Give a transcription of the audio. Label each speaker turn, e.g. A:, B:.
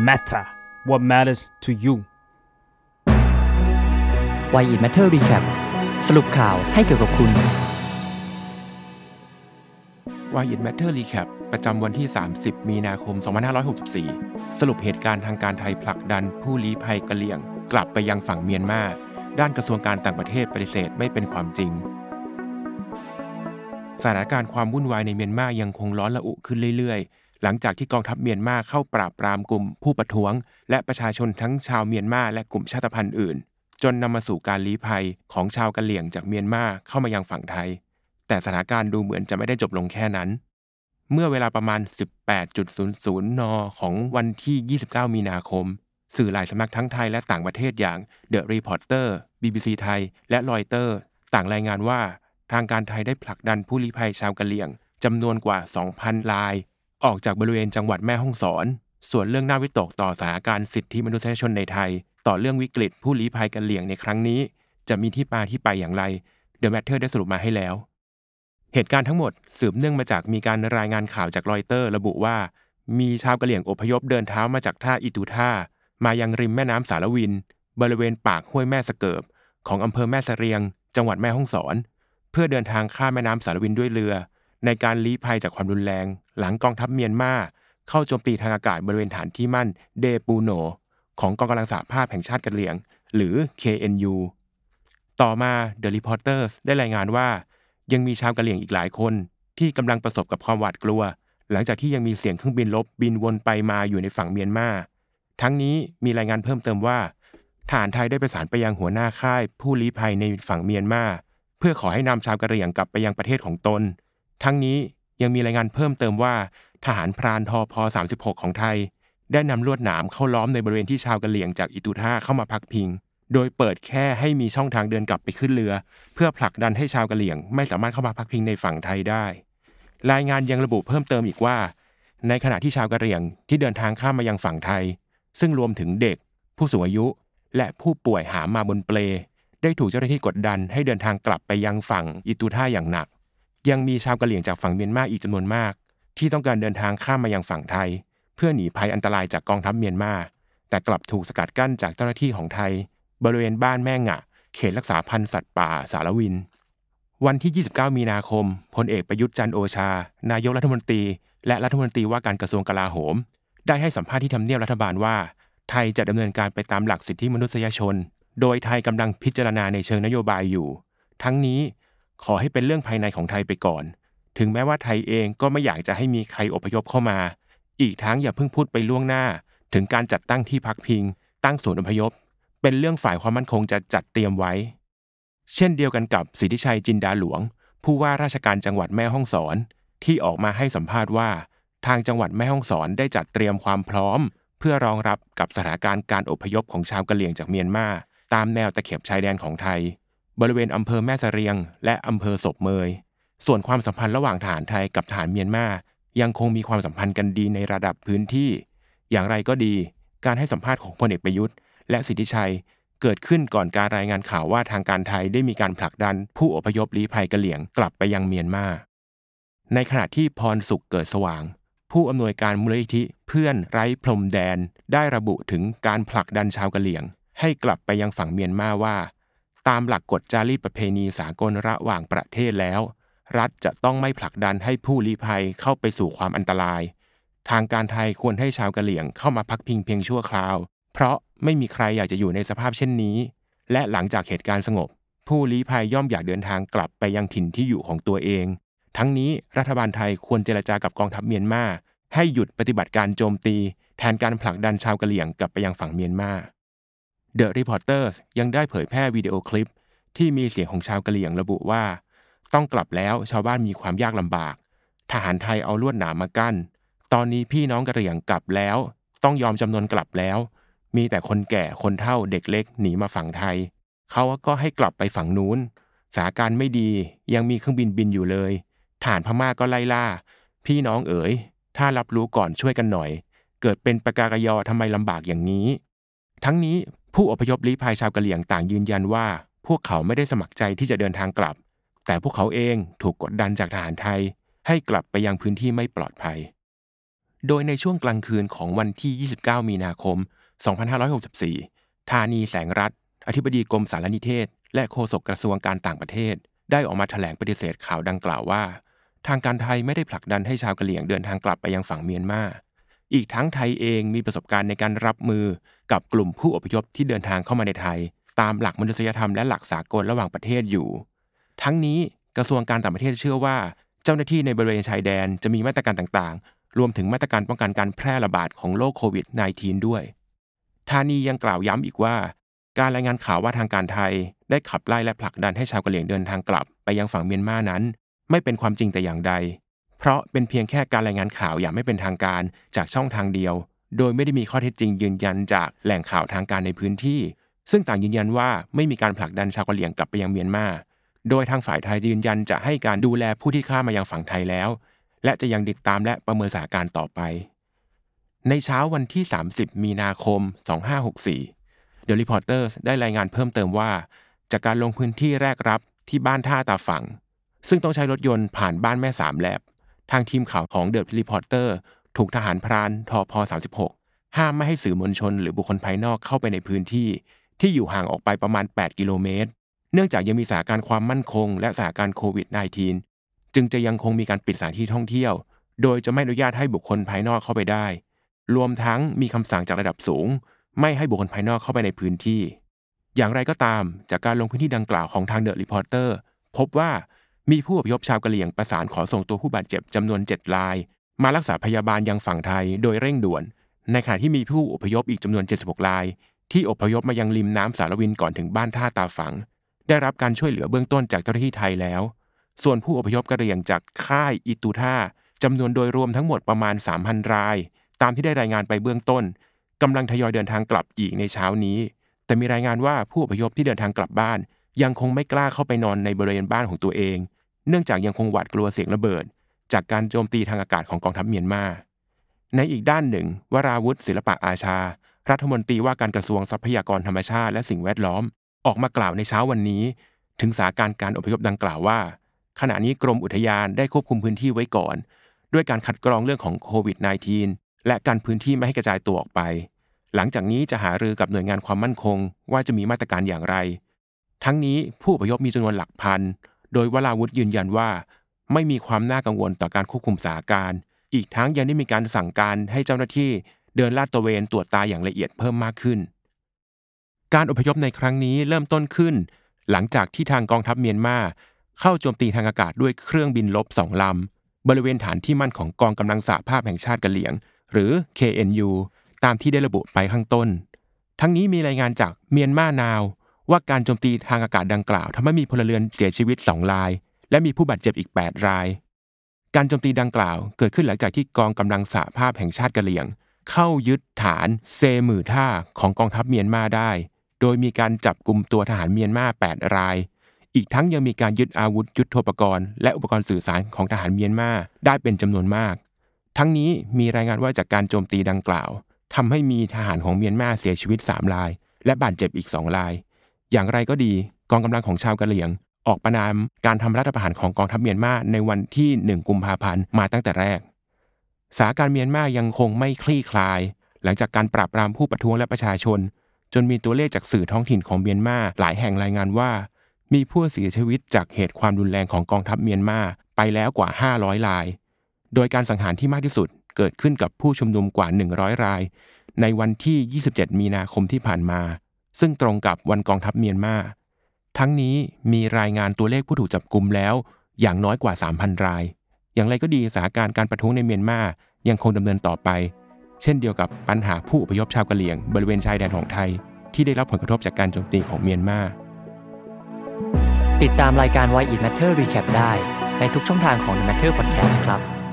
A: matter what matters to you
B: Why It Matter Recap สรุปข่าวให้เกี่ยวกับคุณ
C: Why It Matter Recap ประจำวันที่30มีนาคม2564สรุปเหตุการณ์ทางการไทยผลักดันผู้ลี้ภัยกะเหรี่ยงกลับไปยังฝั่งเมียนมาด้านกระทรวงการต่างประเทศปฏิเสธไม่เป็นความจริงสถานการณ์ความวุ่นวายในเมียนมายังคงร้อนระอุขึ้นเรื่อยๆหลังจากที่กองทัพเมียนมาเข้าปราบปรามกลุ่มผู้ประท้วงและประชาชนทั้งชาวเมียนมาและกลุ่มชาติพันธุ์อื่นจนนำมาสู่การลี้ภัยของชาวกะเหรี่ยงจากเมียนมาเข้ามายังฝั่งไทยแต่สถานการณ์ดูเหมือนจะไม่ได้จบลงแค่นั้นเมื่อเวลาประมาณ 18.00 น.ของวันที่29มีนาคมสื่อหลายสำนักทั้งไทยและต่างประเทศอย่าง The Reporter BBC ไทยและ Reuters ต่างรายงานว่าทางการไทยได้ผลักดันผู้ลี้ภัยชาวกะเหรี่ยงจำนวนกว่า 2,000 รายออกจากบริเวณจังหวัดแม่ฮ่องสอนส่วนเรื่องน่าวิตกต่อสถานการณ์สิทธิมนุษยชนในไทยต่อเรื่องวิกฤตผู้ลี้ภัยกะเหรี่ยงในครั้งนี้จะมีที่มาที่ไปอย่างไร The Matter ได้สรุปมาให้แล้วเหตุการณ์ทั้งหมดสืบเนื่องมาจากมีการรายงานข่าวจากรอยเตอร์ระบุว่ามีชาวกะเหรี่ยงอพยพเดินเท้ามาจากท่าอิตูท่ามายังริมแม่น้ำสารวินบริเวณปากห้วยแม่สะเกิบของอำเภอแม่เสรียงจังหวัดแม่ฮ่องสอนเพื่อเดินทางข้ามแม่น้ำสารวินด้วยเรือในการลี้ภัยจากความรุนแรงหลังกองทัพเมียนมาเข้าโจมตีทางอากาศบริเวณฐานที่มั่นเดปูโนของกองกำลังสหภาพแห่งชาติกะเหรี่ยงหรือ KNU ต่อมา The Reporters ได้รายงานว่ายังมีชาวกะเหรี่ยงอีกหลายคนที่กำลังประสบกับความหวาดกลัวหลังจากที่ยังมีเสียงเครื่องบินรบบินวนไปมาอยู่ในฝั่งเมียนมาทั้งนี้มีรายงานเพิ่มเติมว่าทหารไทยได้ประสานไปยังหัวหน้าค่ายผู้ลี้ภัยในฝั่งเมียนมาเพื่อขอให้นำชาวกะเหรี่ยงกลับไปยังประเทศของตนทั้งนี้ยังมีรายงานเพิ่มเติมว่าทหารพรานทพ36ของไทยได้นำลวดหนามเข้าล้อมในบริเวณที่ชาวกะเหรี่ยงจากอิตูท่าเข้ามาพักพิงโดยเปิดแค่ให้มีช่องทางเดินกลับไปขึ้นเรือเพื่อผลักดันให้ชาวกะเหรี่ยงไม่สามารถเข้ามาพักพิงในฝั่งไทยได้รายงานยังระบุเพิ่มเติมอีกว่าในขณะที่ชาวกะเหรี่ยงที่เดินทางข้ามมายังฝั่งไทยซึ่งรวมถึงเด็กผู้สูงอายุและผู้ป่วยหามมาบนเปลได้ถูกเจ้าหน้าที่กดดันให้เดินทางกลับไปยังฝั่งอิตูท่าอย่างหนักยังมีชาวกะเหรี่ยงจากฝั่งเมียนมาอีกจำนวนมากที่ต้องการเดินทางข้ามมายังฝั่งไทยเพื่อหนีภัยอันตรายจากกองทัพเมียนมาแต่กลับถูกสกัดกั้นจากเจ้าหน้าที่ของไทยบริเวณบ้านแม่งะเขตรักษาพันธุ์สัตว์ป่าสารวินวันที่29มีนาคมพลเอกประยุทธ์จันทร์โอชานายกรัฐมนตรีและรัฐมนตรีว่าการกระทรวงกลาโหมได้ให้สัมภาษณ์ที่ทำเนียบรัฐบาลว่าไทยจะดำเนินการไปตามหลักสิทธิมนุษยชนโดยไทยกำลังพิจารณาในเชิงนโยบายอยู่ทั้งนี้ขอให้เป็นเรื่องภายในของไทยไปก่อนถึงแม้ว่าไทยเองก็ไม่อยากจะให้มีใครอพยพเข้ามาอีกทั้งอย่าเพิ่งพูดไปล่วงหน้าถึงการจัดตั้งที่พักพิงตั้งศูนย์อพยพเป็นเรื่องฝ่ายความมั่นคงจะจัดเตรียมไว้เช่นเดียวกันกับสิทธิชัยจินดาหลวงผู้ว่าราชการจังหวัดแม่ฮ่องสอนที่ออกมาให้สัมภาษณ์ว่าทางจังหวัดแม่ฮ่องสอนได้จัดเตรียมความพร้อมเพื่อรองรับกับสถานการณ์การอพยพของชาวกะเหรี่ยงจากเมียนมาตามแนวตะเข็บชายแดนของไทยบริเวณอำเภอแม่เสรียงและอำเภอศพเมยส่วนความสัมพันธ์ระหว่างทหารไทยกับทหารเมียนมายังคงมีความสัมพันธ์กันดีในระดับพื้นที่อย่างไรก็ดีการให้สัมภาษณ์ของพลเอกประยุทธ์และสิทธิชัยเกิดขึ้นก่อนการรายงานข่าวว่าทางการไทยได้มีการผลักดันผู้อพยพลี้ภัยกะเหรี่ยงกลับไปยังเมียนมาในขณะที่พรสุขเกิดสว่างผู้อำนวยการมูลนิธิเพื่อนไร้พรมแดนได้ระบุถึงการผลักดันชาวกะเหรี่ยงให้กลับไปยังฝั่งเมียนมาว่าตามหลักกฎจารีตประเพณีสากลระหว่างประเทศแล้วรัฐจะต้องไม่ผลักดันให้ผู้ลี้ภัยเข้าไปสู่ความอันตรายทางการไทยควรให้ชาวกะเหรี่ยงเข้ามาพักพิงเพียงชั่วคราวเพราะไม่มีใครอยากจะอยู่ในสภาพเช่นนี้และหลังจากเหตุการณ์สงบผู้ลี้ภัยย่อมอยากเดินทางกลับไปยังถิ่นที่อยู่ของตัวเองทั้งนี้รัฐบาลไทยควรเจรจากับกองทัพเมียนมาให้หยุดปฏิบัติการโจมตีแทนการผลักดันชาวกะเหรี่ยงกลับไปยังฝั่งเมียนมา The Reporters ยังได้เผยแพร่วิดีโอคลิปที่มีเสียงของชาวกะเหรี่ยงระบุว่าต้องกลับแล้วชาวบ้านมีความยากลำบากทหารไทยเอาลวดหนามมากั้นตอนนี้พี่น้องกะเหรี่ยงกลับแล้วต้องยอมจำนนกลับแล้วมีแต่คนแก่คนเฒ่าเด็กเล็กหนีมาฝั่งไทยเขาก็ให้กลับไปฝั่งนู้นสถานการณ์ไม่ดียังมีเครื่องบินบินอยู่เลยทหารพม่าก็ไล่ล่าพี่น้องเอ๋ยถ้ารับรู้ก่อนช่วยกันหน่อยเกิดเป็นปกากยอทำไมลำบากอย่างนี้ทั้งนี้ผู้อพยพลี้ภัยชาวกะเหรี่ยงต่างยืนยันว่าพวกเขาไม่ได้สมัครใจที่จะเดินทางกลับแต่พวกเขาเองถูกกดดันจากทหารไทยให้กลับไปยังพื้นที่ไม่ปลอดภัยโดยในช่วงกลางคืนของวันที่ 29 มีนาคม 2564 ธานีแสงรัตน์อธิบดีกรมสารนิเทศและโฆษกกระทรวงการต่างประเทศได้ออกมาแถลงปฏิเสธข่าวดังกล่าวว่าทางการไทยไม่ได้ผลักดันให้ชาวกะเหรี่ยงเดินทางกลับไปยังฝั่งเมียนมาอีกทั้งไทยเองมีประสบการณ์ในการรับมือกับกลุ่มผู้อพยพที่เดินทางเข้ามาในไทยตามหลักมนุษยธรรมและหลักสากลระหว่างประเทศอยู่ทั้งนี้กระทรวงการต่างประเทศเชื่อว่าเจ้าหน้าที่ในบริเวณชายแดนจะมีมาตรการต่างๆรวมถึงมาตรการป้องกันการแพร่ระบาดของโรคโควิด -19 ด้วยธานียังกล่าวย้ำอีกว่าการรายงานข่าวว่าทางการไทยได้ขับไล่และผลักดันให้ชาวกะเหรี่ยงเดินทางกลับไปยังฝั่งเมียนมานั้นไม่เป็นความจริงแต่อย่างใดเพราะเป็นเพียงแค่การรายงานข่าวอย่างไม่เป็นทางการจากช่องทางเดียวโดยไม่ได้มีข้อเท็จจริงยืนยันจากแหล่งข่าวทางการในพื้นที่ซึ่งต่างยืนยันว่าไม่มีการผลักดันชาวกะเหรี่ยงกลับไปยังเมียนมาโดยทางฝ่ายไทยยืนยันจะให้การดูแลผู้ที่ข้ามมายังฝั่งไทยแล้วและจะยังติดตามและประเมินสถานการณ์ต่อไปในเช้าวันที่ 30 มีนาคม 2564 The Reporters ได้รายงานเพิ่มเติมว่าจากการลงพื้นที่แรกรับที่บ้านท่าตาฝั่งซึ่งต้องใช้รถยนต์ผ่านบ้านแม่สามแลบทางทีมข่าวของ The Reporter ถูกทหารพรานทพ36ห้ามไม่ให้สื่อมวลชนหรือบุคคลภายนอกเข้าไปในพื้นที่ที่อยู่ห่างออกไปประมาณ8กิโลเมตรเนื่องจากยังมีสถานการณ์ความมั่นคงและสถานการณ์โควิด -19 จึงจะยังคงมีการปิดสถานที่ท่องเที่ยวโดยจะไม่อนุญาตให้บุคคลภายนอกเข้าไปได้รวมทั้งมีคำสั่งจากระดับสูงไม่ให้บุคคลภายนอกเข้าไปในพื้นที่อย่างไรก็ตามจากการลงพื้นที่ดังกล่าวของทาง The Reporter พบว่ามีผู้อพยพชาวกะเหรี่ยงประสานขอส่งตัวผู้บาดเจ็บจำนวน7รายมารักษาพยาบาลยังฝั่งไทยโดยเร่งด่วนในขณะที่มีผู้อพยพอีกจำนวน76รายที่อพยพมายังริมน้ำสารวินก่อนถึงบ้านท่าตาฝังได้รับการช่วยเหลือเบื้องต้นจากเจ้าหน้าที่ไทยแล้วส่วนผู้อพยพกะเหรี่ยงจากค่ายอิตูท่าจำนวนโดยรวมทั้งหมดประมาณ 3,000 รายตามที่ได้รายงานไปเบื้องต้นกำลังทยอยเดินทางกลับอีกในเช้านี้แต่มีรายงานว่าผู้อพยพที่เดินทางกลับบ้านยังคงไม่กล้าเข้าไปนอนในบริเวณบ้านของตัวเองเนื่องจากยังคงหวาดกลัวเสียงระเบิดจากการโจมตีทางอากาศของกองทัพเมียนมาในอีกด้านหนึ่งวราวุฒิศิลปะอาชารัฐมนตรีว่าการกระทรวงทรัพยากรธรรมชาติและสิ่งแวดล้อมออกมากล่าวในเช้าวันนี้ถึงสถานการณ์การอพยพดังกล่าวว่าขณะนี้กรมอุทยานได้ควบคุมพื้นที่ไว้ก่อนด้วยการคัดกรองเรื่องของโควิด -19 และการพื้นที่ไม่ให้กระจายตัวออกไปหลังจากนี้จะหารือกับหน่วยงานความมั่นคงว่าจะมีมาตรการอย่างไรทั้งนี้ผู้อพยพมีจำนวนหลักพันโดยวราวุฒิยืนยันว่าไม่มีความน่ากังวลต่อการควบคุมสถานการณ์อีกทั้งยังได้มีการสั่งการให้เจ้าหน้าที่เดินลาดตระเวนตรวจตาอย่างละเอียดเพิ่มมากขึ้นการอพยพในครั้งนี้เริ่มต้นขึ้นหลังจากที่ทางกองทัพเมียนมาเข้าโจมตีทางอากาศด้วยเครื่องบินรบ2ลำบริเวณฐานที่มั่นของกองกำลังสหภาพแห่งชาติกะเหรี่ยงหรือ KNU ตามที่ได้ระบุไปข้างต้นทั้งนี้มีรายงานจากเมียนมานาวว่าการโจมตีทางอากาศดังกล่าวทำให้มีพลเรือนเสียชีวิต2รายและมีผู้บาดเจ็บอีก8รายการโจมตีดังกล่าวเกิดขึ้นหลังจากที่กองกำลังสหภาพแห่งชาติกะเหรี่ยงเข้ายึดฐานเซมือท่าของกองทัพเมียนมาได้โดยมีการจับกุมตัวทหารเมียนมา8รายอีกทั้งยังมีการยึดอาวุธยุทโธปกรณ์และอุปกรณ์สื่อสารของทหารเมียนมาได้เป็นจำนวนมากทั้งนี้มีรายงานว่าจากการโจมตีดังกล่าวทำให้มีทหารของเมียนมาเสียชีวิต3รายและบาดเจ็บอีก2รายอย่างไรก็ดีกองกำลังของชาวกะเหรี่ยงออกประณามการทำรัฐประหารของกองทัพเมียนมาในวันที่1กุมภาพันธ์มาตั้งแต่แรกสถานการณ์เมียนมายังคงไม่คลี่คลายหลังจากการปราบปรามผู้ประท้วงและประชาชนจนมีตัวเลขจากสื่อท้องถิ่นของเมียนมาหลายแห่งรายงานว่ามีผู้เสียชีวิตจากเหตุความรุนแรงของกองทัพเมียนมาไปแล้วกว่า500รายโดยการสังหารที่มากที่สุดเกิดขึ้นกับผู้ชุมนุมกว่า100รายในวันที่27มีนาคมที่ผ่านมาซึ่งตรงกับวันกองทัพเมียนมาทั้งนี้มีรายงานตัวเลขผู้ถูกจับกุมแล้วอย่างน้อยกว่า 3,000 รายอย่างไรก็ดีสถานการณ์การประท้วงในเมียนมายังคงดำเนินต่อไปเช่นเดียวกับปัญหาผู้อพยพชาวกะเหรี่ยงบริเวณชายแดนของไทยที่ได้รับผลกระทบจากการโจมตีของเมียนมา
B: ติดตามรายการ Why It Matter Recap ได้ในทุกช่องทางของ The Matter Podcast ครับ